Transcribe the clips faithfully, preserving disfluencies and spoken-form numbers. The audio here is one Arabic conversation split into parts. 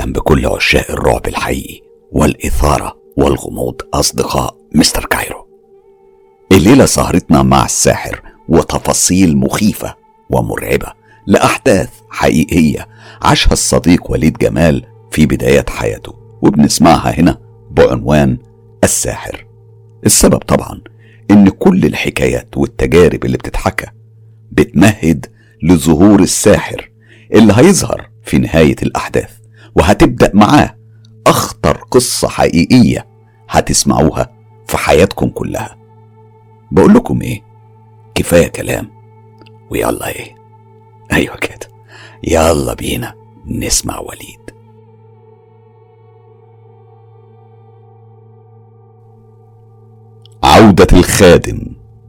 أهلا بكل عشاق الرعب الحقيقي والإثارة والغموض أصدقاء مستر كايرو. الليلة سهرتنا مع الساحر وتفاصيل مخيفة ومرعبة لأحداث حقيقية عاشها الصديق وليد جمال في بداية حياته، وبنسمعها هنا بعنوان الساحر. السبب طبعا إن كل الحكايات والتجارب اللي بتتحكى بتمهد لظهور الساحر اللي هيظهر في نهاية الأحداث، وهتبدأ معاه أخطر قصة حقيقية هتسمعوها في حياتكم كلها. بقول لكم إيه، كفاية كلام ويلا إيه، أيوة كده، يلا بينا نسمع وليد. عودة الخادم.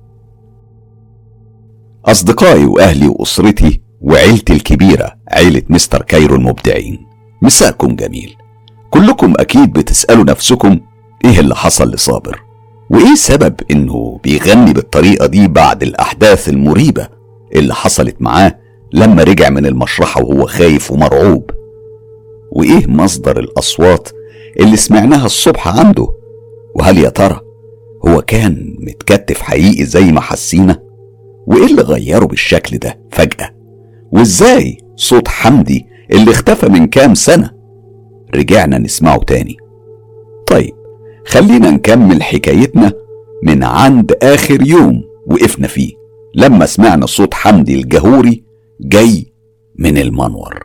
أصدقائي وأهلي وأسرتي وعيلتي الكبيرة، عيلة مستر كايرو المبدعين، مساءكم جميل. كلكم أكيد بتسألوا نفسكم إيه اللي حصل لصابر، وإيه سبب إنه بيغني بالطريقة دي بعد الأحداث المريبة اللي حصلت معاه لما رجع من المشرحة وهو خايف ومرعوب، وإيه مصدر الأصوات اللي سمعناها الصبح عنده، وهل يا ترى هو كان متكتف حقيقي زي ما حسينا، وإيه اللي غيره بالشكل ده فجأة، وإزاي صوت حمدي اللي اختفى من كام سنة رجعنا نسمعه تاني. طيب خلينا نكمل حكايتنا من عند آخر يوم وقفنا فيه لما سمعنا صوت حمدي الجهوري جاي من المنور.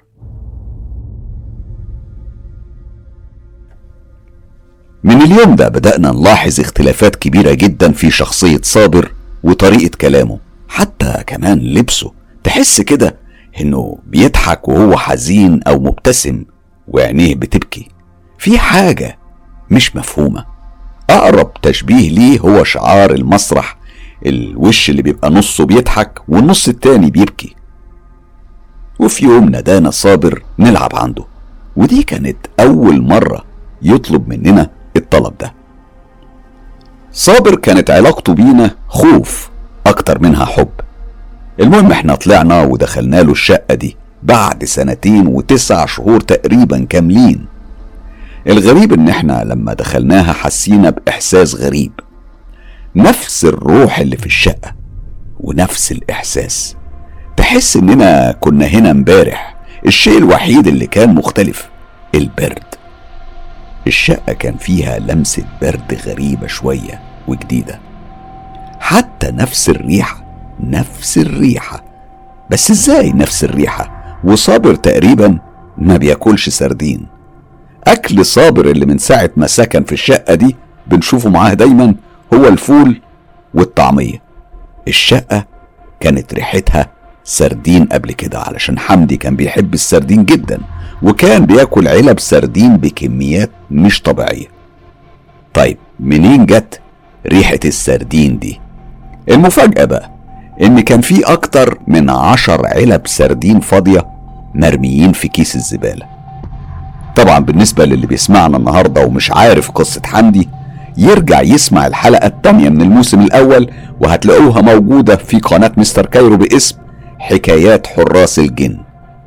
من اليوم ده بدأنا نلاحظ اختلافات كبيرة جدا في شخصية صابر وطريقة كلامه، حتى كمان لبسه، تحس كده انه بيضحك وهو حزين او مبتسم وعينيه بتبكي، في حاجة مش مفهومة. اقرب تشبيه ليه هو شعار المسرح، الوش اللي بيبقى نصه بيضحك والنص التاني بيبكي. وفي يوم نادانا صابر نلعب عنده، ودي كانت اول مرة يطلب مننا الطلب ده. صابر كانت علاقته بينا خوف اكتر منها حب. المهم احنا طلعنا ودخلنا له الشقة دي بعد سنتين وتسع شهور تقريبا كاملين. الغريب ان احنا لما دخلناها حسينا باحساس غريب، نفس الروح اللي في الشقة ونفس الاحساس، تحس اننا كنا هنا امبارح. الشيء الوحيد اللي كان مختلف البرد. الشقة كان فيها لمسة برد غريبة شوية وجديدة، حتى نفس الريحة نفس الريحة بس ازاي نفس الريحة وصابر تقريبا ما بياكلش سردين؟ اكل صابر اللي من ساعة ما سكن في الشقة دي بنشوفه معاه دايما هو الفول والطعمية. الشقة كانت ريحتها سردين قبل كده، علشان حمدي كان بيحب السردين جدا وكان بياكل علب سردين بكميات مش طبيعية. طيب منين جت ريحة السردين دي؟ المفاجأة بقى ان كان في اكتر من عشر علب سردين فاضية مرميين في كيس الزبالة. طبعا بالنسبة للي بيسمعنا النهاردة ومش عارف قصة حمدي، يرجع يسمع الحلقة التانية من الموسم الاول وهتلاقوها موجودة في قناة مستر كايرو باسم حكايات حراس الجن.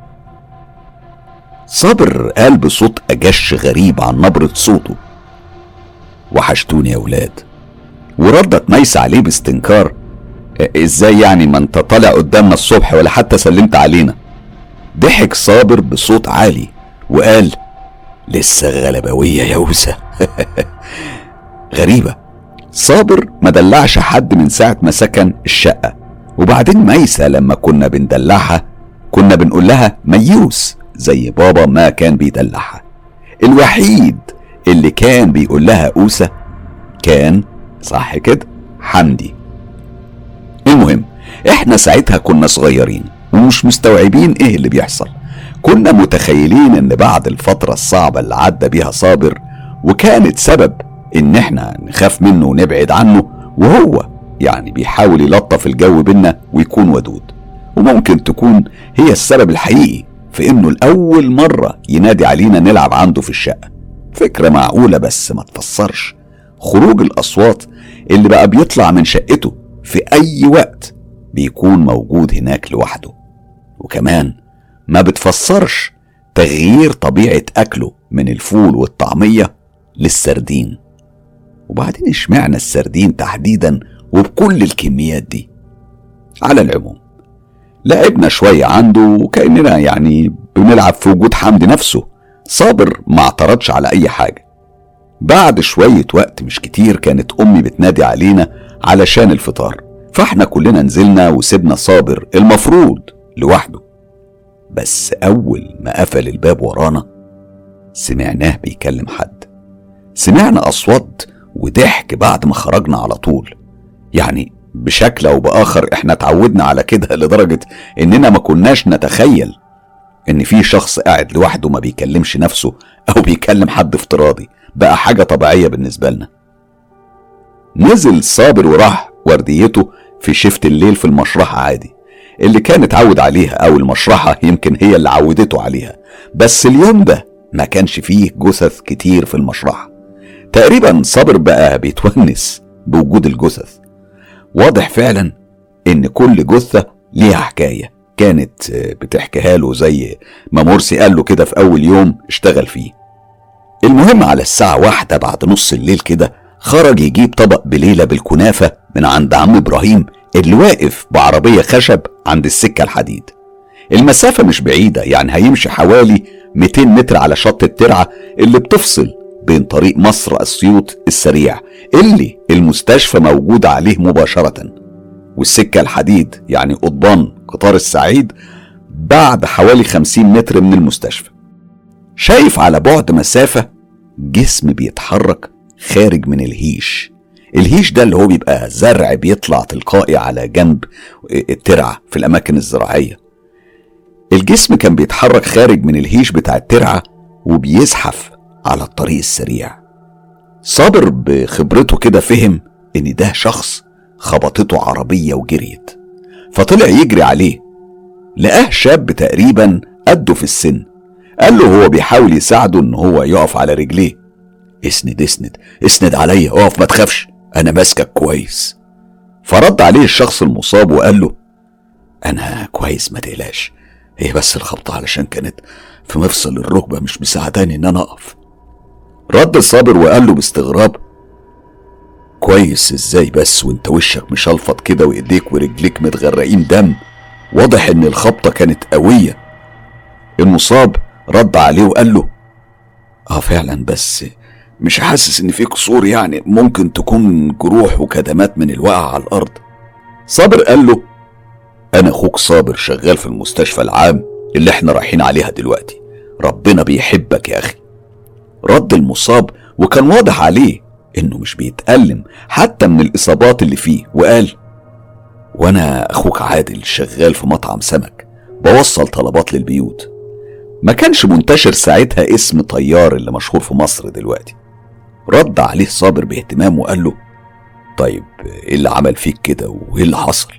صابر قال بصوت اجش غريب عن نبرة صوته: وحشتوني يا ولاد. وردت ميسة عليه باستنكار: ازاي يعني، ما انت طالع قدامنا الصبح ولا حتى سلمت علينا؟ ضحك صابر بصوت عالي وقال: لسه غلبوية يا وسة. غريبة، صابر ما دلعش حد من ساعة ما سكن الشقة. وبعدين ميسة لما كنا بندلعها كنا بنقول لها ميوس زي بابا ما كان بيدلعها. الوحيد اللي كان بيقول لها أوسة كان صح كده حمدي. المهم احنا ساعتها كنا صغيرين ومش مستوعبين ايه اللي بيحصل. كنا متخيلين ان بعد الفترة الصعبة اللي عدى بيها صابر وكانت سبب ان احنا نخاف منه ونبعد عنه، وهو يعني بيحاول يلطف الجو بينا ويكون ودود، وممكن تكون هي السبب الحقيقي في انه الاول مرة ينادي علينا نلعب عنده في الشقة. فكرة معقولة بس ما تفسرش خروج الاصوات اللي بقى بيطلع من شقته في اي وقت بيكون موجود هناك لوحده، وكمان ما بتفسرش تغيير طبيعة اكله من الفول والطعمية للسردين. وبعدين اشمعنى السردين تحديدا وبكل الكميات دي؟ على العموم لعبنا شوية عنده وكأننا يعني بنلعب في وجود حمدي نفسه. صابر ما اعترضش على اي حاجة. بعد شوية وقت مش كتير كانت امي بتنادي علينا علشان الفطار، فاحنا كلنا نزلنا وسيبنا صابر المفروض لوحده. بس اول ما قفل الباب ورانا سمعناه بيكلم حد. سمعنا اصوات وضحك بعد ما خرجنا على طول. يعني بشكل او باخر احنا اتعودنا على كده لدرجة اننا ما كناش نتخيل ان في شخص قاعد لوحده ما بيكلمش نفسه او بيكلم حد افتراضي. بقى حاجة طبيعية بالنسبة لنا. نزل صابر وراح ورديته في شفت الليل في المشرحة عادي اللي كان اتعود عليها، او المشرحة يمكن هي اللي عودته عليها. بس اليوم ده ما كانش فيه جثث كتير في المشرحة. تقريبا صابر بقى بيتونس بوجود الجثث. واضح فعلا ان كل جثة ليها حكاية كانت بتحكيها له، زي ما مرسي قال له كده في اول يوم اشتغل فيه. المهم على الساعة واحدة بعد نص الليل كده خرج يجيب طبق بليلة بالكنافة من عند عم ابراهيم اللي واقف بعربية خشب عند السكة الحديد. المسافة مش بعيدة، يعني هيمشي حوالي مئتين متر على شط الترعة اللي بتفصل بين طريق مصر اسيوط السريع اللي المستشفى موجود عليه مباشرة، والسكة الحديد يعني قضبان قطار السعيد بعد حوالي خمسين متر من المستشفى. شايف على بعد مسافة جسم بيتحرك خارج من الهيش. الهيش ده اللي هو بيبقى زرع بيطلع تلقائي على جنب الترعة في الأماكن الزراعية. الجسم كان بيتحرك خارج من الهيش بتاع الترعة وبيزحف على الطريق السريع. صابر بخبرته كده فهم ان ده شخص خبطته عربية وجريت، فطلع يجري عليه. لقاه شاب تقريبا قده في السن. قال له هو بيحاول يساعده ان هو يقف على رجليه. اسند اسند اسند عليا، اقف ما تخافش، انا ماسكك كويس. فرد عليه الشخص المصاب وقال له انا كويس ما تقلقش، هي بس الخبطة علشان كانت في مفصل الركبة مش مساعداني ان انا اقف. رد صابر وقال له باستغراب كويس ازاي بس وانت وشك مشلفط كده وايديك ورجليك متغرقين دم؟ واضح ان الخبطة كانت قوية. المصاب رد عليه وقال له اه فعلا، بس مش حاسس ان في كسور، يعني ممكن تكون جروح وكدمات من الوقع على الارض. صابر قال له انا اخوك صابر شغال في المستشفى العام اللي احنا رايحين عليها دلوقتي، ربنا بيحبك يا اخي. رد المصاب وكان واضح عليه انه مش بيتألم حتى من الاصابات اللي فيه، وقال وانا اخوك عادل شغال في مطعم سمك بوصل طلبات للبيوت. ما كانش منتشر ساعتها اسم طيار اللي مشهور في مصر دلوقتي. رد عليه صابر باهتمام وقال له طيب ايه اللي عمل فيك كده وايه اللي حصل؟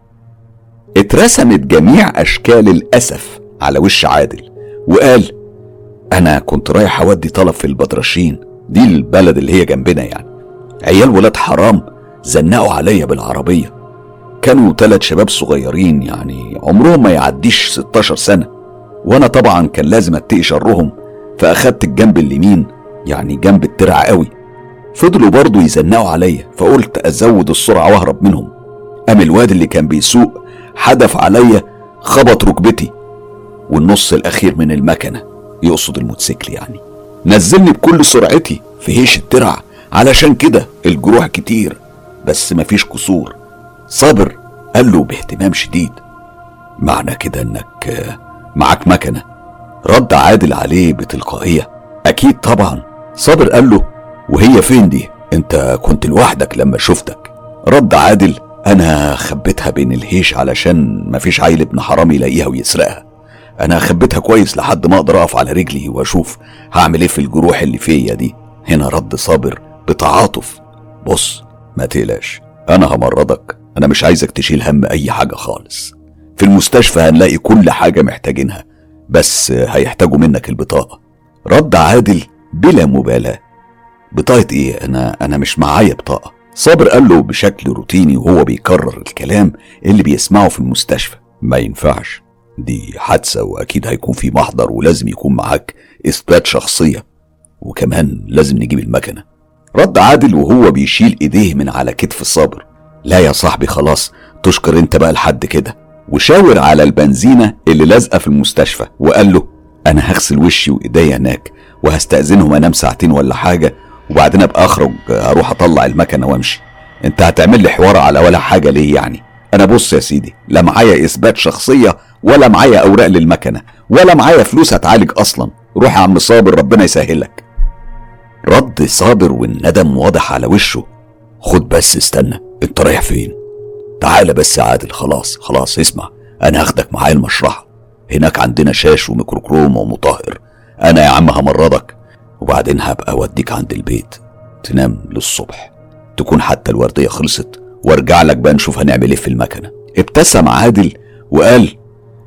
اترسمت جميع اشكال الاسف على وش عادل وقال انا كنت رايح اودي طلب في البدرشين، دي البلد اللي هي جنبنا يعني. عيال ولاد حرام زنقوا عليا بالعربية، كانوا ثلاث شباب صغيرين يعني عمرهم ما يعديش ستاشر سنة، وانا طبعا كان لازم اتقي شرهم فاخدت الجنب اليمين يعني جنب الترعة قوي. فضلوا برضو يزنقوا عليا فقلت ازود السرعة واهرب منهم. قام الواد اللي كان بيسوق حدف عليا خبط ركبتي والنص الاخير من المكنة، يقصد الموتوسيكل يعني، نزلني بكل سرعتي في هيش الترعة. علشان كده الجروح كتير بس مفيش كسور. صابر قال له باهتمام شديد معنى كده انك معاك مكنة؟ رد عادل عليه بتلقائية اكيد طبعا. صابر قال له وهي فين دي؟ انت كنت لوحدك لما شفتك. رد عادل انا خبيتها بين الهيش علشان مفيش عيل ابن حرام يلاقيها ويسرقها. انا خبيتها كويس لحد ما اقدر اقف على رجلي واشوف هعمل ايه في الجروح اللي فيا دي. هنا رد صابر بتعاطف بص ما تقلقش، انا همرضك، انا مش عايزك تشيل هم اي حاجة خالص. في المستشفى هنلاقي كل حاجة محتاجينها، بس هيحتاجوا منك البطاقة. رد عادل بلا مبالاة بطاقة ايه؟ انا انا مش معايا بطاقة. صابر قال له بشكل روتيني وهو بيكرر الكلام اللي بيسمعه في المستشفى ما ينفعش، دي حادثة واكيد هيكون في محضر ولازم يكون معاك اثبات شخصية، وكمان لازم نجيب المكنة. رد عادل وهو بيشيل ايديه من على كتف صابر: لا يا صاحبي خلاص، تشكر انت بقى لحد كده. وشاور على البنزينة اللي لازقة في المستشفى وقال له: انا هغسل وشي وايديا هناك وهستأذنهم انام ساعتين ولا حاجة، وبعدين ابقى اخرج اروح اطلع المكنة وامشي. انت هتعمل لي حوار على ولا حاجة ليه يعني؟ انا بص يا سيدي، لا معايا اثبات شخصية ولا معايا اوراق للمكنة ولا معايا فلوس هتعالج اصلا. روح يا عم صابر ربنا يسهلك. رد صابر والندم واضح على وشه: خد بس استنى، انت رايح فين؟ تعالى بس يا عادل، خلاص خلاص اسمع، انا هاخدك معايا المشرحة، هناك عندنا شاش وميكروكروم ومطهر. انا يا عم همرضك، وبعدين هبقى اوديك عند البيت تنام للصبح، تكون حتى الوردية خلصت وارجع لك بقى نشوف هنعمل ايه في المكنة. ابتسم عادل وقال: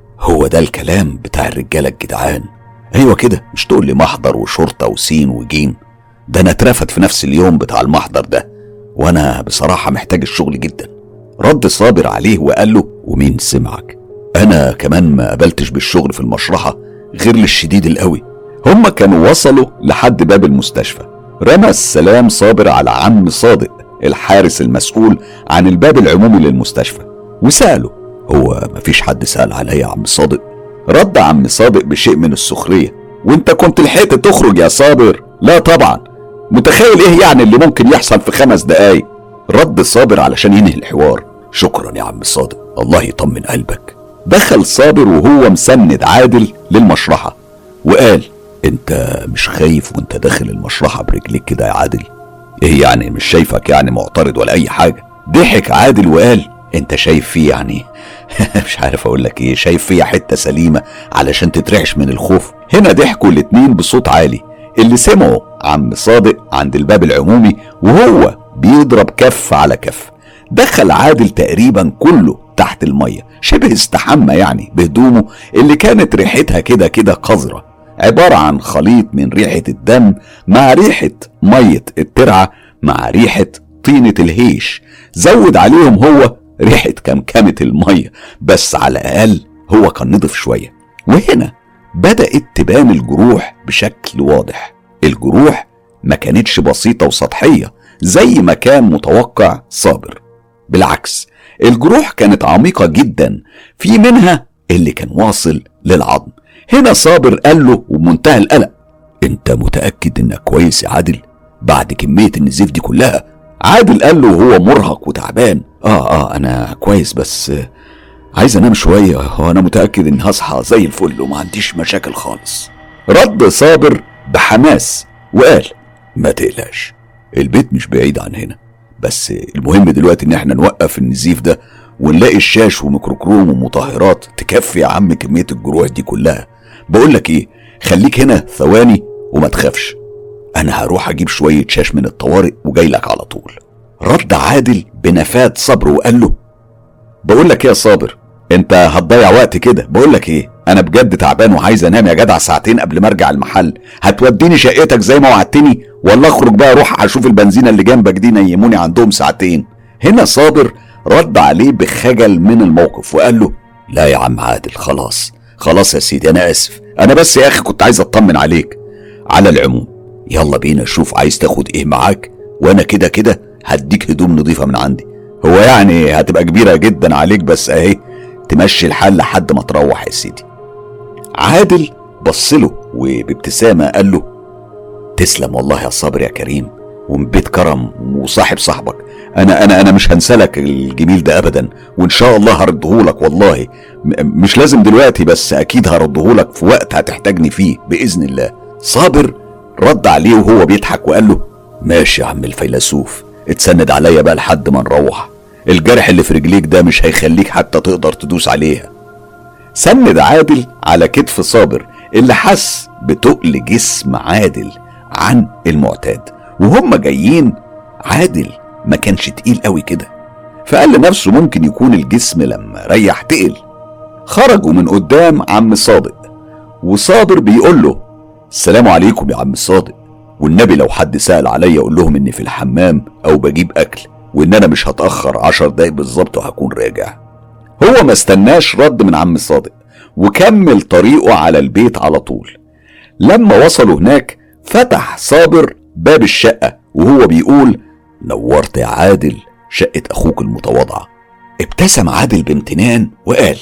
هو ده الكلام بتاع الرجالة الجدعان. ايوه كده، مش تقول لي محضر وشرطة وسين وجيم، ده انا اترفد في نفس اليوم بتاع المحضر ده، وانا بصراحة محتاج الشغل جدا. رد صابر عليه وقال له: ومين سمعك؟ انا كمان ما قبلتش بالشغل في المشرحة غير للشديد القوي. هما كانوا وصلوا لحد باب المستشفى. رمى السلام صابر على عم صادق الحارس المسؤول عن الباب العمومي للمستشفى وسأله: هو مفيش حد سأل عليا يا عم صادق؟ رد عم صادق بشيء من السخرية: وانت كنت لحقت تخرج يا صابر؟ لا طبعا، متخيل ايه يعني اللي ممكن يحصل في خمس دقايق؟ رد صابر علشان ينهي الحوار: شكرا يا عم صادق، الله يطمن قلبك. دخل صابر وهو مسند عادل للمشرحة وقال: انت مش خايف وانت داخل المشرحة برجليك كده يا عادل؟ ايه يعني مش شايفك يعني معترض ولا اي حاجة؟ ضحك عادل وقال: انت شايف فيه يعني مش عارف اقول لك ايه، شايف فيه حتة سليمة علشان تترعش من الخوف. هنا ضحكوا الاتنين بصوت عالي اللي سمعوا عم صادق عند الباب العمومي وهو بيضرب كف على كف. دخل عادل تقريبا كله تحت المية، شبه استحمى يعني بهدومه اللي كانت ريحتها كده كده قذرة، عبارة عن خليط من ريحة الدم مع ريحة مية الترعة مع ريحة طينة الهيش، زود عليهم هو ريحة كمكمة المية، بس على الأقل هو كان نضف شوية. وهنا بدأت تبان الجروح بشكل واضح. الجروح ما كانتش بسيطة وسطحية زي ما كان متوقع صابر، بالعكس الجروح كانت عميقة جدا، في منها اللي كان واصل للعظم. هنا صابر قال له وبمنتهى القلق: انت متأكد انك كويس يا عادل بعد كمية النزيف دي كلها؟ عادل قال له وهو مرهق وتعبان: اه اه انا كويس، بس عايز انام شوية وانا متأكد اني هصحى زي الفل وما عنديش مشاكل خالص. رد صابر بحماس وقال: ما تقلقش، البيت مش بعيد عن هنا، بس المهم دلوقتي ان احنا نوقف النزيف ده ونلاقي الشاش وميكروكروم ومطهرات تكفي يا عم كمية الجروح دي كلها. بقولك ايه، خليك هنا ثواني وما تخافش، انا هروح اجيب شوية شاش من الطوارئ وجاي لك على طول. رد عادل بنفاد صبر وقال له: بقولك ايه يا صابر، انت هتضيع وقت كده؟ بقولك ايه، انا بجد تعبان وعايز انام يا جدع ساعتين قبل ما ارجع المحل، هتوديني شقتك زي ما وعدتني ولا اخرج بقى اروح اشوف البنزينة اللي جنبك دي نيموني عندهم ساعتين؟ هنا صابر رد عليه بخجل من الموقف وقال له: لا يا عم عادل، خلاص خلاص يا سيدي، انا اسف، انا بس يا اخي كنت عايز اطمن عليك. على العموم يلا بينا نشوف عايز تاخد ايه معاك، وانا كده كده هديك هدوم نظيفة من عندي، هو يعني هتبقى كبيرة جدا عليك بس اهي تمشي الحال لحد ما تروح يا سيدي. عادل بصله وبابتسامة قال له: تسلم والله يا صابر يا كريم، ومن بيت كرم وصاحب صاحبك، انا انا انا مش هنسلك الجميل ده ابدا، وان شاء الله هردهولك والله، مش لازم دلوقتي بس اكيد هردهولك في وقت هتحتاجني فيه باذن الله. صابر رد عليه وهو بيضحك وقال له: ماشي يا عم الفيلسوف، اتسند عليا بقى لحد ما نروح، الجرح اللي في رجليك ده مش هيخليك حتى تقدر تدوس عليها. سند عادل على كتف صابر اللي حس بتقل جسم عادل عن المعتاد، وهم جايين عادل ما كانش تقيل قوي كده، فقال لنفسه ممكن يكون الجسم لما ريح تقل. خرجوا من قدام عم صادق وصابر بيقول له: السلام عليكم يا عم صادق، والنبي لو حد سأل عليا قول لهم اني في الحمام او بجيب اكل، وان انا مش هتأخر عشر دقايق بالظبط وهكون راجع. هو ما استناش رد من عم صادق وكمل طريقه على البيت على طول. لما وصلوا هناك فتح صابر باب الشقة وهو بيقول: نورت يا عادل شقة أخوك المتواضعة. ابتسم عادل بامتنان وقال: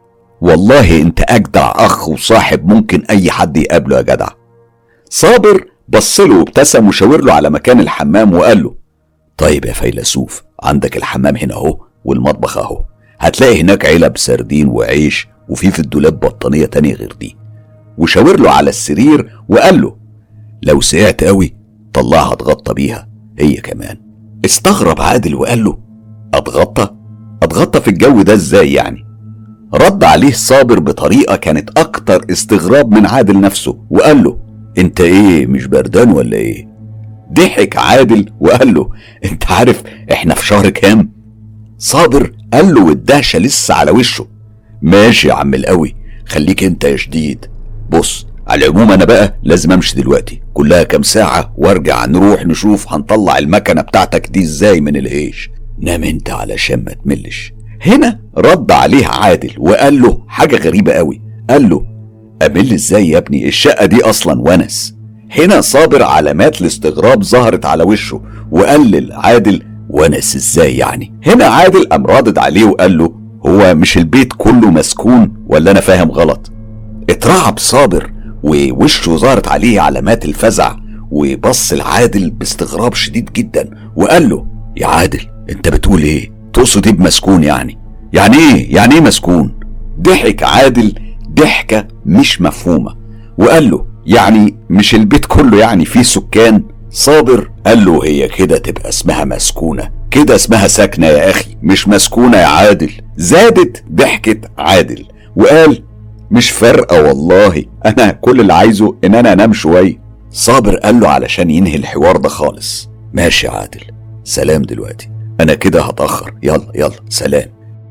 والله انت أجدع أخ وصاحب ممكن أي حد يقابله يا جدع. صابر بصله وابتسم وشاور له على مكان الحمام وقال له: طيب يا فيلسوف، عندك الحمام هنا اهو والمطبخ اهو، هتلاقي هناك علب سردين وعيش، وفي في الدولاب بطانية تانية غير دي. وشاور له على السرير وقال له: لو سقعت قوي طلعها اتغطى بيها هي كمان. استغرب عادل وقال له: اتغطى؟ اتغطى في الجو ده ازاي يعني؟ رد عليه صابر بطريقة كانت اكتر استغراب من عادل نفسه وقال له: انت ايه مش بردان ولا ايه؟ ضحك عادل وقال له: انت عارف احنا في شهر كام؟ صابر قال له والدهشة لسه على وشه: ماشي يا عم القوي، خليك انت يا شديد. بص، على العموم انا بقى لازم امشي دلوقتي، كلها كام ساعة وارجع نروح نشوف هنطلع المكنة بتاعتك دي ازاي من العيش. نام انت علشان ما تملش. هنا رد عليه عادل وقال له حاجة غريبة قوي، قال له: امل ازاي يا ابني، الشقة دي اصلا ونس. هنا صابر علامات الاستغراب ظهرت على وشه وقال لعادل: ونس ازاي يعني؟ هنا عادل قام رادد عليه وقال له: هو مش البيت كله مسكون ولا انا فاهم غلط؟ اترعب صابر ووشه ظهرت عليه علامات الفزع وبص لعادل باستغراب شديد جدا وقال له: يا عادل انت بتقول ايه؟ تقصد ايه بمسكون يعني؟ يعني ايه يعني ايه مسكون؟ ضحك عادل ضحكة مش مفهومة وقال له: يعني مش البيت كله يعني فيه سكان؟ صابر قال له: هي كده تبقى اسمها مسكونة، كده اسمها ساكنة يا اخي، مش مسكونة يا عادل. زادت ضحكة عادل وقال: مش فارقة والله، انا كل اللي عايزه ان انا انام شوية. صابر قال له علشان ينهي الحوار ده خالص: ماشي يا عادل، سلام دلوقتي، انا كده هتأخر، يلا يلا سلام.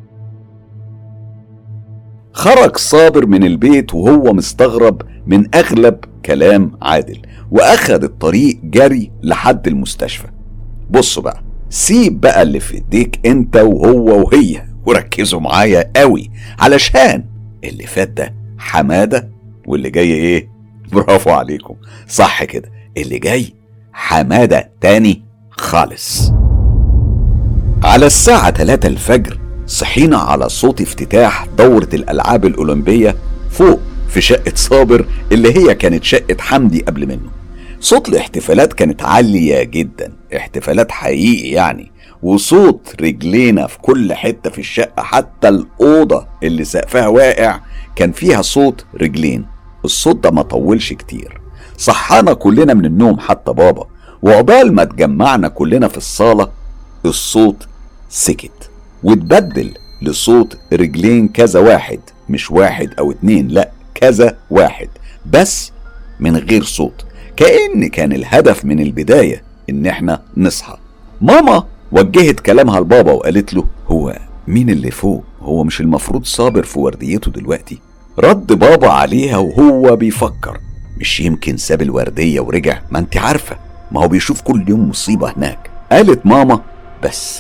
خرج صابر من البيت وهو مستغرب من اغلب كلام عادل واخد الطريق جري لحد المستشفى. بصوا بقى، سيب بقى اللي في ايديك انت وهو وهي وركزوا معايا قوي علشان اللي فات ده حمادة واللي جاي ايه؟ برافو عليكم، صح كده، اللي جاي حمادة تاني خالص. على الساعة تلاتة الفجر صحينا على صوت افتتاح دورة الألعاب الأولمبية فوق في شقة صابر اللي هي كانت شقة حمدي قبل منه. صوت الاحتفالات كانت عالية جدا، احتفالات حقيقي يعني، وصوت رجلينا في كل حتة في الشقة، حتى الأوضة اللي سقفها واقع كان فيها صوت رجلين. الصوت ده ما طولش كتير، صحانا كلنا من النوم حتى بابا، وعقبال ما اتجمعنا كلنا في الصالة الصوت سكت واتبدل لصوت رجلين كذا واحد، مش واحد او اتنين، لا كذا واحد بس من غير صوت، كأن كان الهدف من البداية ان احنا نصحى. ماما وجهت كلامها لبابا وقالت له: هو مين اللي فوق؟ هو مش المفروض صابر في ورديته دلوقتي؟ رد بابا عليها وهو بيفكر: مش يمكن ساب الوردية ورجع؟ ما انت عارفة، ما هو بيشوف كل يوم مصيبة هناك. قالت ماما: بس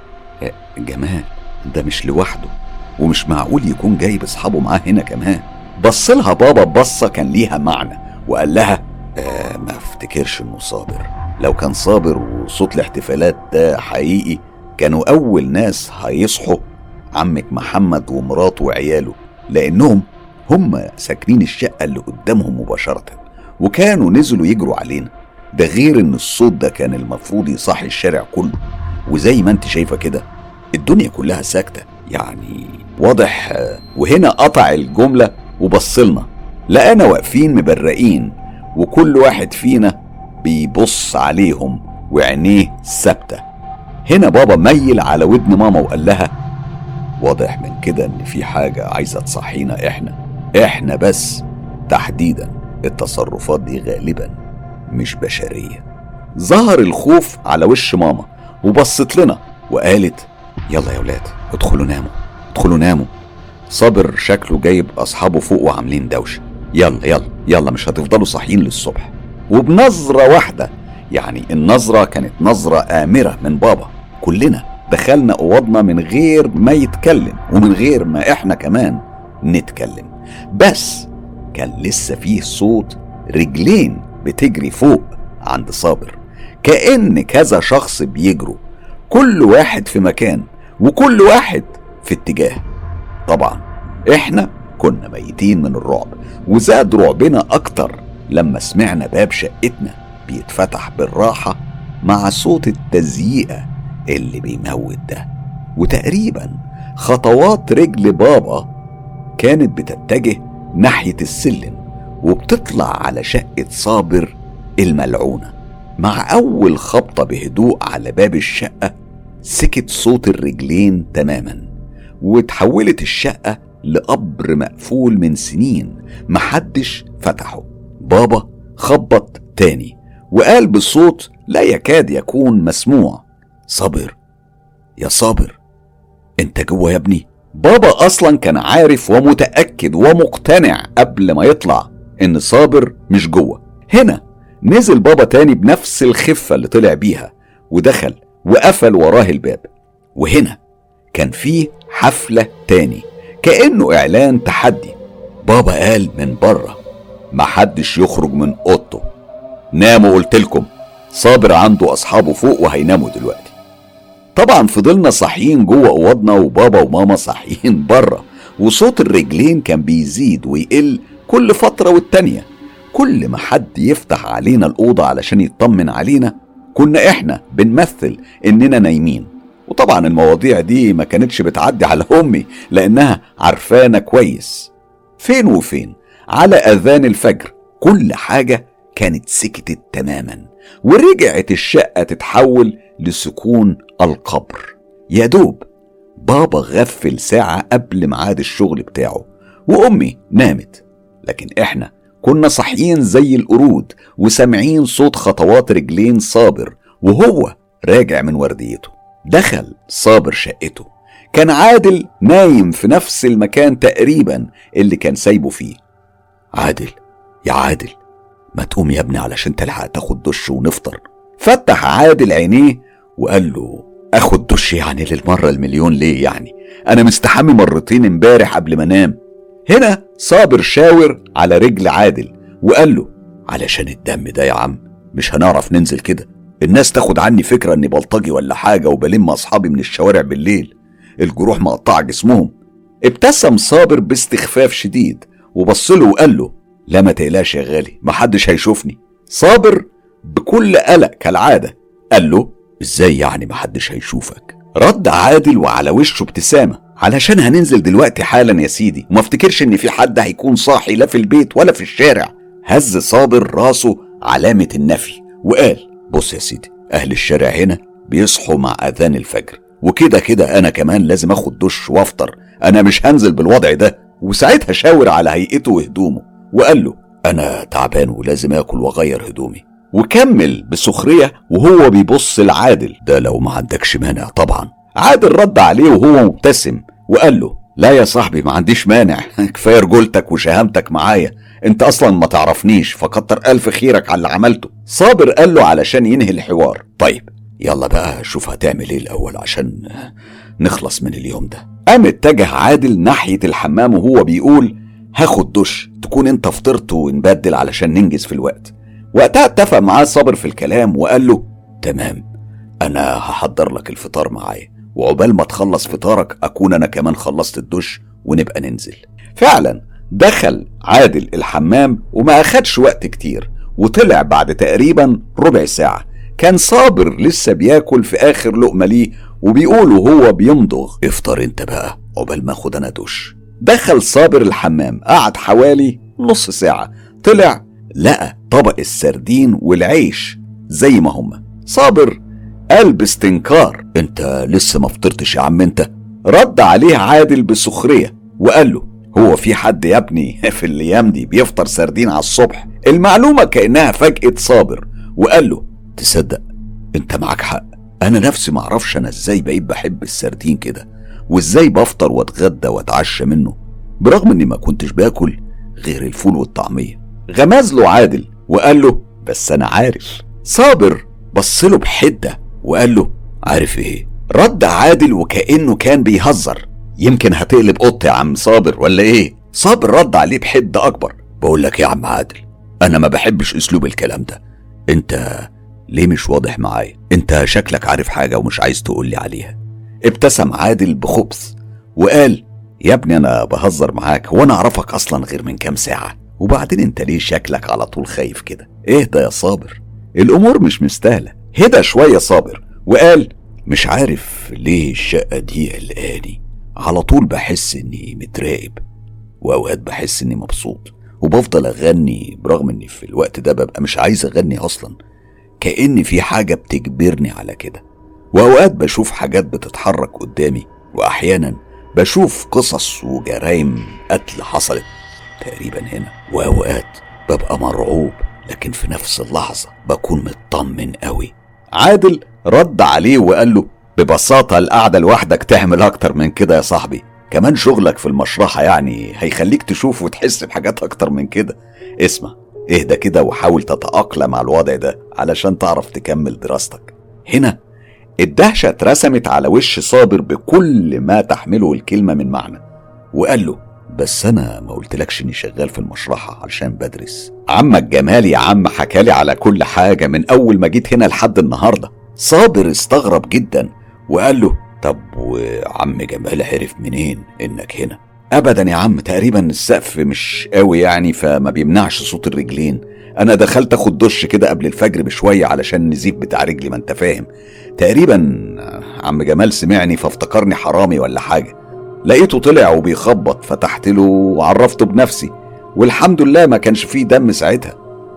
جمال ده مش لوحده، ومش معقول يكون جايب اصحابه معاه هنا كمان. بصلها بابا بصة كان ليها معنى وقال لها: آه ما افتكرش انه صابر، لو كان صابر وصوت الاحتفالات ده حقيقي كانوا اول ناس هيصحوا عمك محمد ومراته وعياله، لانهم هم ساكنين الشقة اللي قدامهم مباشرة وكانوا نزلوا يجروا علينا. ده غير ان الصوت ده كان المفروض يصحي الشارع كله، وزي ما انت شايفة كده الدنيا كلها ساكتة يعني واضح. وهنا قطع الجملة وبصلنا لقانا واقفين مبرقين وكل واحد فينا بيبص عليهم وعينيه ثابتة. هنا بابا ميل على ودن ماما وقال لها: واضح من كده ان في حاجة عايزة تصحينا احنا احنا بس تحديدا، التصرفات دي غالبا مش بشرية. ظهر الخوف على وش ماما وبصت لنا وقالت: يلا يا ولاد ادخلوا ناموا ادخلوا ناموا، صابر شكله جايب اصحابه فوق وعاملين دوشة، يلا يلا يلا مش هتفضلوا صاحيين للصبح. وبنظرة واحدة، يعني النظرة كانت نظرة آمرة من بابا، كلنا دخلنا اوضنا من غير ما يتكلم ومن غير ما احنا كمان نتكلم، بس كان لسه فيه صوت رجلين بتجري فوق عند صابر، كأن كذا شخص بيجروا، كل واحد في مكان وكل واحد في اتجاه. طبعا احنا كنا ميتين من الرعب، وزاد رعبنا اكتر لما سمعنا باب شقتنا بيتفتح بالراحة مع صوت التزييقة اللي بيموت ده، وتقريبا خطوات رجل بابا كانت بتتجه ناحية السلم وبتطلع على شقة صابر الملعونة. مع أول خبطة بهدوء على باب الشقة سكت صوت الرجلين تماما، وتحولت الشقة لقبر مقفول من سنين محدش فتحه. بابا خبط تاني وقال بصوت لا يكاد يكون مسموع: صابر يا صابر، انت جوه يا ابني؟ بابا اصلا كان عارف ومتأكد ومقتنع قبل ما يطلع ان صابر مش جوه. هنا نزل بابا تاني بنفس الخفة اللي طلع بيها ودخل وقفل وراه الباب. وهنا كان فيه حفلة تاني كأنه اعلان تحدي. بابا قال من بره: محدش يخرج من اوضته، ناموا قلتلكم، صابر عنده اصحابه فوق وهيناموا دلوقتي. طبعا فضلنا صاحيين جوه اوضنا وبابا وماما صاحيين بره، وصوت الرجلين كان بيزيد ويقل كل فترة والتانية. كل ما حد يفتح علينا الأوضة علشان يطمن علينا كنا احنا بنمثل اننا نايمين. وطبعا المواضيع دي ما كانتش بتعدي على امي لانها عارفانا كويس. فين وفين على اذان الفجر كل حاجة كانت سكتت تماما، ورجعت الشقة تتحول لسكون القبر. يا دوب بابا غفل ساعة قبل ميعاد الشغل بتاعه وامي نامت، لكن احنا كنا صاحيين زي القرود وسامعين صوت خطوات رجلين صابر وهو راجع من ورديته. دخل صابر شقته، كان عادل نايم في نفس المكان تقريبا اللي كان سايبه فيه. عادل يا عادل، ما تقوم يا ابني علشان تلحق تاخد دش ونفطر. فتح عادل عينيه وقال له: اخد دش يعني للمرة المليون ليه يعني؟ انا مستحمي مرتين امبارح قبل ما انام. هنا صابر شاور على رجل عادل وقال له: علشان الدم ده يا عم مش هنعرف ننزل كده، الناس تاخد عني فكرة اني بلطجي ولا حاجة وبلم اصحابي من الشوارع بالليل، الجروح مقطع جسمهم. ابتسم صابر باستخفاف شديد وبصله وقال له: لا ما تقلقش يا غالي، محدش هيشوفني. صابر بكل قلق كالعادة قال له: ازاي يعني محدش هيشوفك؟ رد عادل وعلى وشه ابتسامة: علشان هننزل دلوقتي حالا يا سيدي، وما افتكرش ان في حد هيكون صاحي لا في البيت ولا في الشارع. هز صابر راسه علامة النفي وقال: بص يا سيدي، اهل الشارع هنا بيصحوا مع اذان الفجر، وكده كده انا كمان لازم اخد دش وافطر، انا مش هنزل بالوضع ده. وساعتها شاور على هيئته وهدومه وقال له: انا تعبان ولازم اكل واغير هدومي. وكمل بسخرية وهو بيبص لعادل: ده لو ما عندكش مانع طبعا. عادل رد عليه وهو مبتسم وقال له: لا يا صاحبي ما عنديش مانع، كفاية رجولتك وشهامتك معايا، انت اصلا ما تعرفنيش فكتر الف خيرك على اللي عملته. صابر قال له علشان ينهي الحوار: طيب يلا بقى شوف هتعمل ايه الاول عشان نخلص من اليوم ده. قام اتجه عادل ناحية الحمام وهو بيقول: هاخد دش تكون انت فطرت ونبدل علشان ننجز في الوقت. وقتها اتفق معاه صابر في الكلام وقال له: تمام، انا هحضر لك الفطار معايا، وعقبال ما تخلص فطارك اكون انا كمان خلصت الدش ونبقى ننزل. فعلا دخل عادل الحمام وما اخدش وقت كتير، وطلع بعد تقريبا ربع ساعة. كان صابر لسه بياكل في اخر لقمة ليه وبيقول وهو بيمضغ: افطر انت بقى عقبال ما اخد انا دش. دخل صابر الحمام، قعد حوالي نص ساعة، طلع لقى طبق السردين والعيش زي ما هما. صابر قال باستنكار: انت لسه ما فطرتش يا عم انت؟ رد عليه عادل بسخرية وقال له: هو في حد يا ابني في الايام دي بيفطر سردين على الصبح؟ المعلومة كأنها فاجأت صابر وقال له: تصدق انت معاك حق، انا نفسي معرفش انا ازاي بقيت بحب السردين كده، وازاي بفطر واتغدى واتعشى منه برغم اني ما كنتش باكل غير الفول والطعمية. غمز له عادل وقال له: بس انا عارف. صابر بصله بحدة وقال له: عارف ايه؟ رد عادل وكأنه كان بيهزر: يمكن هتقلب قط يا عم صابر ولا ايه؟ صابر رد عليه بحدة اكبر: بقول لك يا عم عادل، انا ما بحبش اسلوب الكلام ده. انت ليه مش واضح معايا؟ انت شكلك عارف حاجة ومش عايز تقولي عليها. ابتسم عادل بخبث وقال: يا ابني انا بهزر معاك، هو انا اعرفك اصلا غير من كام ساعة؟ وبعدين انت ليه شكلك على طول خايف كده؟ اهدى يا صابر، الامور مش مستاهلة. هدى شوية صابر وقال: مش عارف ليه الشقة دي قلقاني، على طول بحس اني متراقب، واوقات بحس اني مبسوط وبفضل اغني برغم اني في الوقت ده ببقى مش عايز اغني اصلا، كأن في حاجة بتجبرني على كده. واوقات بشوف حاجات بتتحرك قدامي، واحيانا بشوف قصص وجرائم قتل حصلت تقريبا هنا، واوقات ببقى مرعوب لكن في نفس اللحظة بكون مطمن قوي. عادل رد عليه وقال له: ببساطة القعدة لوحدك تعمل اكتر من كده يا صاحبي، كمان شغلك في المشرحة يعني هيخليك تشوف وتحس بحاجات اكتر من كده. اسمع، اهدى كده وحاول تتأقلم مع الوضع ده علشان تعرف تكمل دراستك. هنا الدهشة اترسمت على وش صابر بكل ما تحمله الكلمة من معنى، وقال له: بس انا ما قلتلكش اني شغال في المشرحة علشان بدرس. عمك جمال يا عم حكالي على كل حاجة من اول ما جيت هنا لحد النهاردة. صابر استغرب جدا وقال له: طب وعم جمال عرف منين انك هنا؟ ابدا يا عم، تقريبا السقف مش قوي يعني فما بيمنعش صوت الرجلين. انا دخلت اخد دش كده قبل الفجر بشوية علشان النزيف بتاع رجلي، ما انت فاهم. تقريبا عم جمال سمعني فافتكرني حرامي ولا حاجة، لقيته طلع وبيخبط، فتحت له وعرفته بنفسي، والحمد لله ما كانش فيه دم ساعتها.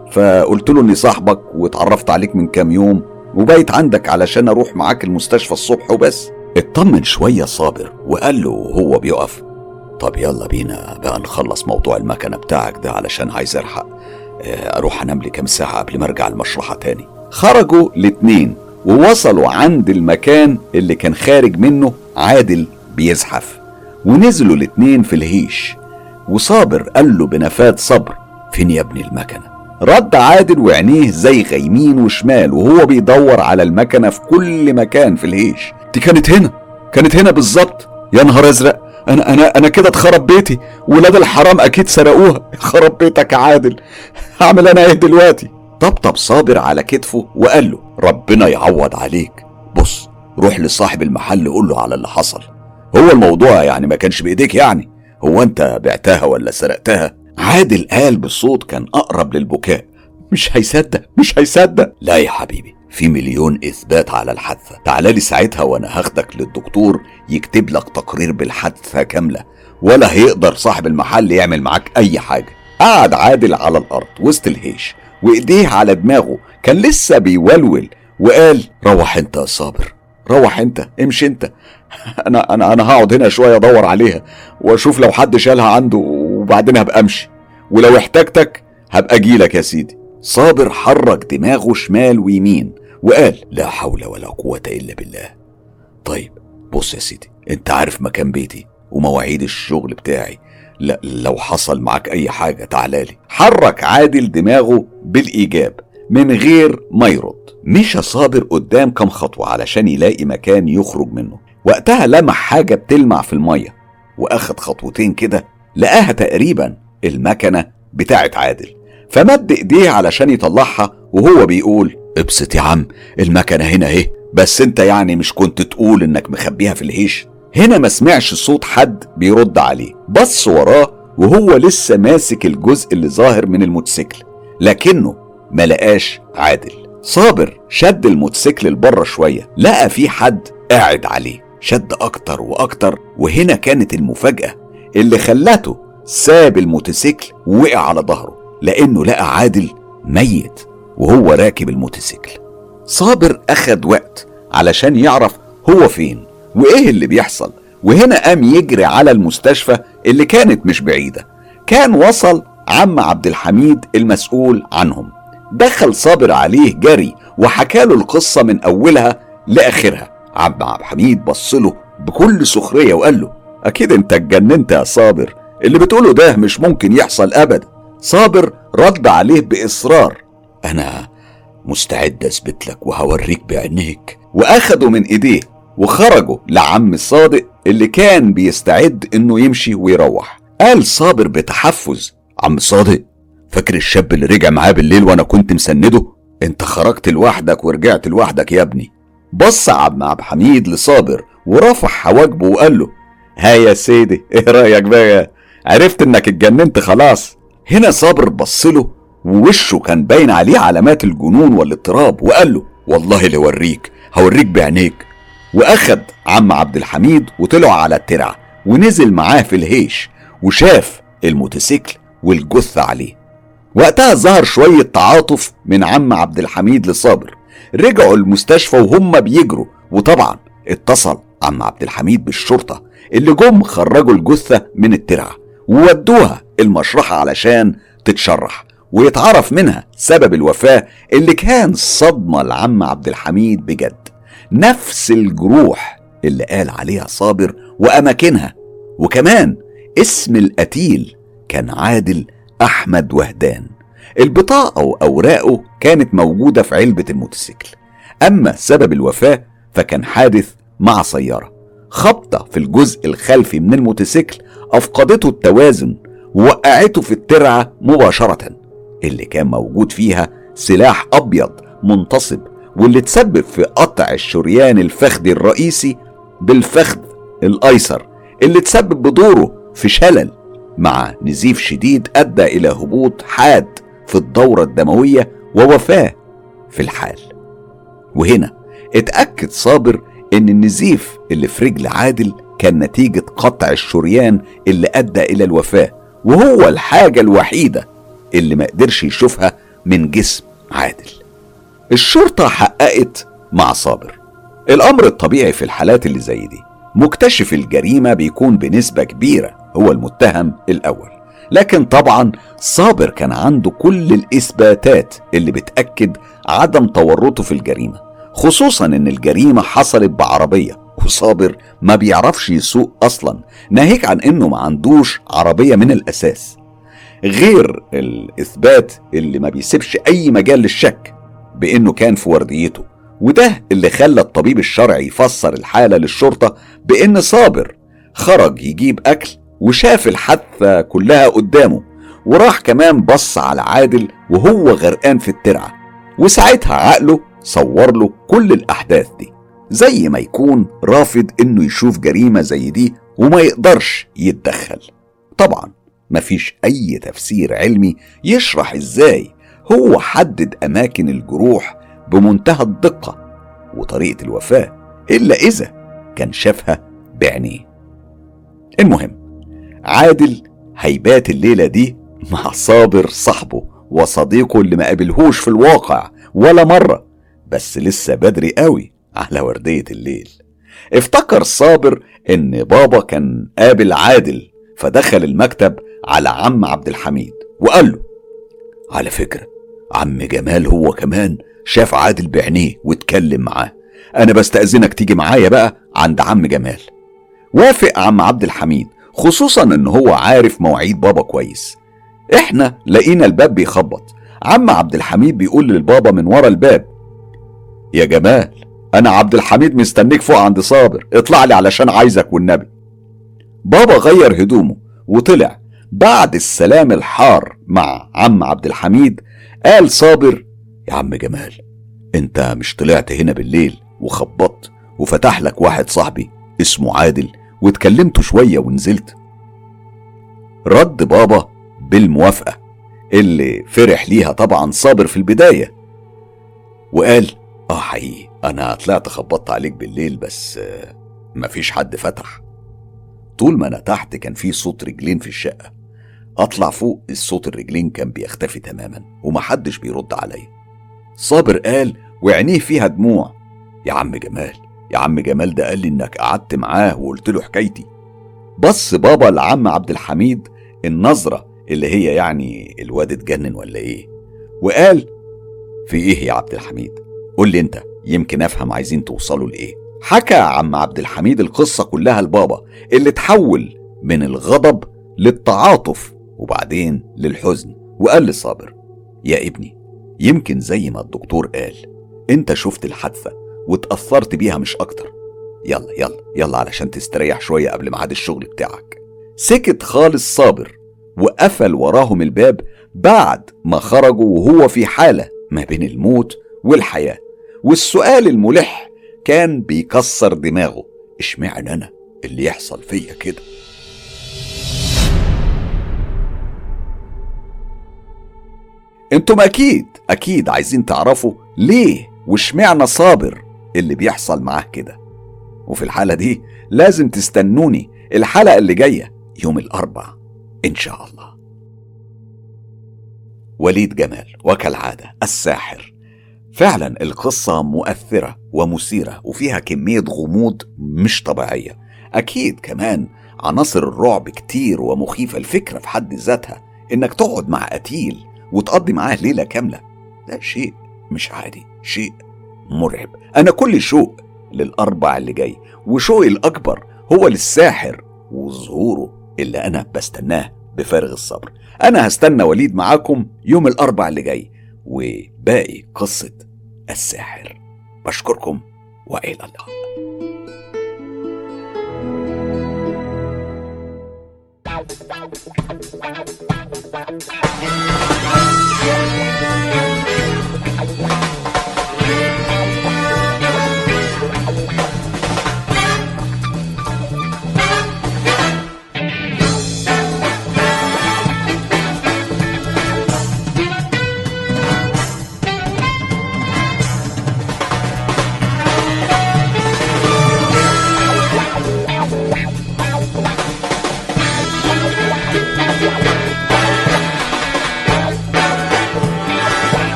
فقلت له اني صاحبك واتعرفت عليك من كام يوم وبقيت عندك علشان اروح معاك المستشفى الصبح وبس. اطمن شوية صابر وقال له هو بيقف: طب يلا بينا بقى نخلص موضوع المكنة بتاعك ده علشان عايز الحق اروح انام لي كام ساعة قبل ما ارجع المشرحة تاني. خرجوا الاتنين ووصلوا عند المكان اللي كان خارج منه عادل بيزحف، ونزلوا الاتنين في الهيش. وصابر قال له بنفاد صبر: فين يا ابني المكنة؟ رد عادل وعينيه زي غيمين وشمال وهو بيدور على المكنة في كل مكان في الهيش. دي كانت هنا، كانت هنا بالظبط. يا نهار ازرق، انا انا انا كده اتخرب بيتي، ولاد الحرام اكيد سرقوها. خرب بيتك يا عادل، هعمل انا ايه دلوقتي؟ طبطب صابر على كتفه وقال له: ربنا يعوض عليك. بص، روح لصاحب المحل قول له على اللي حصل. هو الموضوع يعني ما كانش بايديك يعني، هو انت بعتها ولا سرقتها؟ عادل قال بصوت كان اقرب للبكاء: مش هيصدق مش هيصدق. لا يا حبيبي، في مليون اثبات على الحادثه، تعالى لي ساعتها وانا هاخدك للدكتور يكتب لك تقرير بالحادثه كامله، ولا هيقدر صاحب المحل يعمل معاك اي حاجه. قعد عادل على الارض وسط الهيش وايديه على دماغه، كان لسه بيولول وقال: روح انت يا صابر، روح انت، امشي انت. انا انا انا هقعد هنا شويه ادور عليها واشوف لو حد شالها عنده، وبعدين هبقى امشي، ولو احتاجتك هبقى اجيلك يا سيدي. صابر حرك دماغه شمال ويمين وقال: لا حول ولا قوه الا بالله. طيب بص يا سيدي، انت عارف مكان بيتي ومواعيد الشغل بتاعي، لا لو حصل معاك اي حاجه تعالالي. حرك عادل دماغه بالايجاب من غير ما يرد. مشى صابر قدام كم خطوه علشان يلاقي مكان يخرج منه. وقتها لمح حاجه بتلمع في الميه، واخد خطوتين كده لقاها تقريبا المكنه بتاعت عادل، فمد ايديه علشان يطلعها وهو بيقول: ابسط يا عم، المكنه هنا اهي، بس انت يعني مش كنت تقول انك مخبيها في الهيش؟ هنا ما سمعش صوت حد بيرد عليه، بص وراه وهو لسه ماسك الجزء اللي ظاهر من الموتوسيكل، لكنه ما لقاش عادل. صابر شد الموتوسيكل لبره شويه، لقى في حد قاعد عليه، شد اكتر واكتر، وهنا كانت المفاجأة اللي خلته ساب الموتوسيكل ووقع على ظهره، لانه لقى عادل ميت وهو راكب الموتوسيكل. صابر اخد وقت علشان يعرف هو فين وايه اللي بيحصل، وهنا قام يجري على المستشفى اللي كانت مش بعيدة. كان وصل عم عبد الحميد المسؤول عنهم، دخل صابر عليه جري وحكاله القصة من اولها لاخرها. عم عبد الحميد بصله بكل سخرية وقال له: اكيد انت اتجننت يا صابر، اللي بتقوله ده مش ممكن يحصل ابدا. صابر رد عليه باصرار: انا مستعد اثبت لك وهوريك بعينيك. واخدوا من ايديه وخرجوا لعم صادق اللي كان بيستعد انه يمشي ويروح. قال صابر بتحفز: عم صادق، فاكر الشاب اللي رجع معاه بالليل وانا كنت مسنده؟ انت خرجت لوحدك ورجعت لوحدك يا ابني. بص عم عبد الحميد لصابر ورفع حواجبه وقال له: ها يا سيدي، ايه رايك بقى؟ عرفت انك اتجننت خلاص. هنا صابر بصله ووشه كان باين عليه علامات الجنون والاضطراب، وقال له: والله لوريك، هوريك بعينيك. واخد عم عبد الحميد وطلعوا على الترعه ونزل معاه في الهيش وشاف الموتوسيكل والجثه عليه. وقتها ظهر شويه تعاطف من عم عبد الحميد لصابر. رجعوا المستشفى وهم بيجروا، وطبعا اتصل عم عبد الحميد بالشرطه اللي جم خرجوا الجثه من الترعه وودوها المشرحه علشان تتشرح ويتعرف منها سبب الوفاه اللي كان صدمه لعم عبد الحميد بجد. نفس الجروح اللي قال عليها صابر وأماكنها، وكمان اسم القتيل كان عادل أحمد وهدان. البطاقة وأوراقه كانت موجودة في علبة الموتوسيكل. أما سبب الوفاة فكان حادث مع سيارة، خبطة في الجزء الخلفي من الموتوسيكل أفقدته التوازن ووقعته في الترعة مباشرة، اللي كان موجود فيها سلاح أبيض منتصب واللي تسبب في قطع الشريان الفخذي الرئيسي بالفخذ الأيسر، اللي تسبب بدوره في شلل مع نزيف شديد أدى إلى هبوط حاد في الدورة الدموية ووفاة في الحال. وهنا اتأكد صابر إن النزيف اللي في رجل عادل كان نتيجة قطع الشريان اللي أدى إلى الوفاة، وهو الحاجة الوحيدة اللي ما قدرش يشوفها من جسم عادل. الشرطة حققت مع صابر. الأمر الطبيعي في الحالات اللي زي دي مكتشف الجريمة بيكون بنسبة كبيرة هو المتهم الأول، لكن طبعا صابر كان عنده كل الإثباتات اللي بتأكد عدم تورطه في الجريمة، خصوصا إن الجريمة حصلت بعربية وصابر ما بيعرفش يسوق أصلا، ناهيك عن إنه ما عندوش عربية من الأساس، غير الإثبات اللي ما بيسيبش أي مجال للشك بإنه كان في ورديته. وده اللي خلى الطبيب الشرعي يفسر الحالة للشرطة بإن صابر خرج يجيب أكل وشاف الحادثة كلها قدامه، وراح كمان بص على عادل وهو غرقان في الترعة، وساعتها عقله صور له كل الأحداث دي، زي ما يكون رافض إنه يشوف جريمة زي دي وما يقدرش يتدخل. طبعا مفيش أي تفسير علمي يشرح إزاي هو حدد أماكن الجروح بمنتهى الدقة وطريقة الوفاة إلا إذا كان شافها بعينيه. المهم، عادل هيبات الليلة دي مع صابر صاحبه وصديقه اللي ما قابلهوش في الواقع ولا مرة، بس لسه بدري قوي على وردية الليل. افتكر صابر إن بابا كان قابل عادل، فدخل المكتب على عم عبد الحميد وقال له: على فكرة عم جمال هو كمان شاف عادل بعينيه واتكلم معاه، انا بستأذنك تيجي معايا بقى عند عم جمال. وافق عم عبد الحميد، خصوصا ان هو عارف مواعيد بابا كويس. احنا لقينا الباب بيخبط، عم عبد الحميد بيقول للبابا من ورا الباب: يا جمال، انا عبد الحميد مستنيك فوق عند صابر، اطلع لي علشان عايزك والنبي. بابا غير هدومه وطلع. بعد السلام الحار مع عم عبد الحميد قال صابر: يا عم جمال، انت مش طلعت هنا بالليل وخبطت وفتح لك واحد صاحبي اسمه عادل واتكلمتوا شوية ونزلت؟ رد بابا بالموافقة اللي فرح ليها طبعا صابر في البداية، وقال: اه حقيقي انا طلعت خبطت عليك بالليل، بس مفيش حد فتح. طول ما انا تحت كان في صوت رجلين في الشقة، اطلع فوق الصوت الرجلين كان بيختفي تماما ومحدش بيرد عليا. صابر قال وعينيه فيها دموع: يا عم جمال، يا عم جمال ده قال لي انك قعدت معاه وقلت له حكايتي. بص بابا لعم عبد الحميد النظرة اللي هي يعني الواد اتجنن ولا ايه، وقال: في ايه يا عبد الحميد؟ قول لي انت يمكن افهم عايزين توصلوا لايه. حكى عم عبد الحميد القصة كلها لبابا اللي تحول من الغضب للتعاطف وبعدين للحزن، وقال لصابر: يا ابني، يمكن زي ما الدكتور قال انت شفت الحادثة واتأثرت بيها مش اكتر. يلا يلا يلا علشان تستريح شوية قبل ميعاد الشغل بتاعك. سكت خالص صابر وقفل وراهم الباب بعد ما خرجوا وهو في حالة ما بين الموت والحياة. والسؤال الملح كان بيكسر دماغه: اشمعنى أنا اللي يحصل فيا كده؟ انتم أكيد أكيد عايزين تعرفوا ليه واشمعنى صابر اللي بيحصل معاه كده، وفي الحالة دي لازم تستنوني الحلقة اللي جاية يوم الأربع إن شاء الله. وليد جمال وكالعادة الساحر. فعلا القصة مؤثرة ومثيرة وفيها كمية غموض مش طبيعية. أكيد كمان عناصر الرعب كتير ومخيفة. الفكرة في حد ذاتها إنك تقعد مع قتيل وتقضي معاه ليلة كاملة، ده شيء مش عادي، شيء مرعب. أنا كل شوق للأربع اللي جاي، وشوقي الأكبر هو للساحر وظهوره اللي أنا بستناه بفارغ الصبر. أنا هستنى وليد معاكم يوم الأربع اللي جاي وباقي قصة الساحر. بشكركم وإلى اللقاء.